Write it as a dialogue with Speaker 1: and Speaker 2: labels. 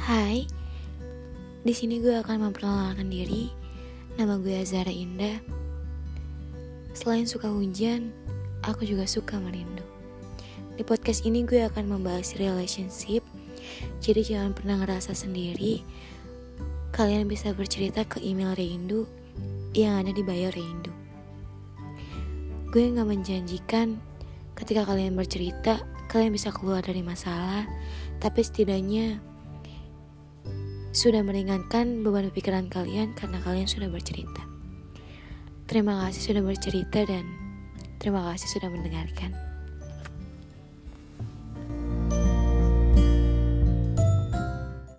Speaker 1: Hai, di sini gue akan memperkenalkan diri. Nama gue Azara Indah. Selain suka hujan, aku juga suka merindu. Di podcast ini gue akan membahas relationship. Jadi jangan pernah ngerasa sendiri. Kalian bisa bercerita ke email Rindu yang ada di bio Rindu. Gue gak menjanjikan ketika kalian bercerita kalian bisa keluar dari masalah, tapi setidaknya sudah meringankan beban pikiran kalian karena kalian sudah bercerita. Terima kasih sudah bercerita dan terima kasih sudah mendengarkan.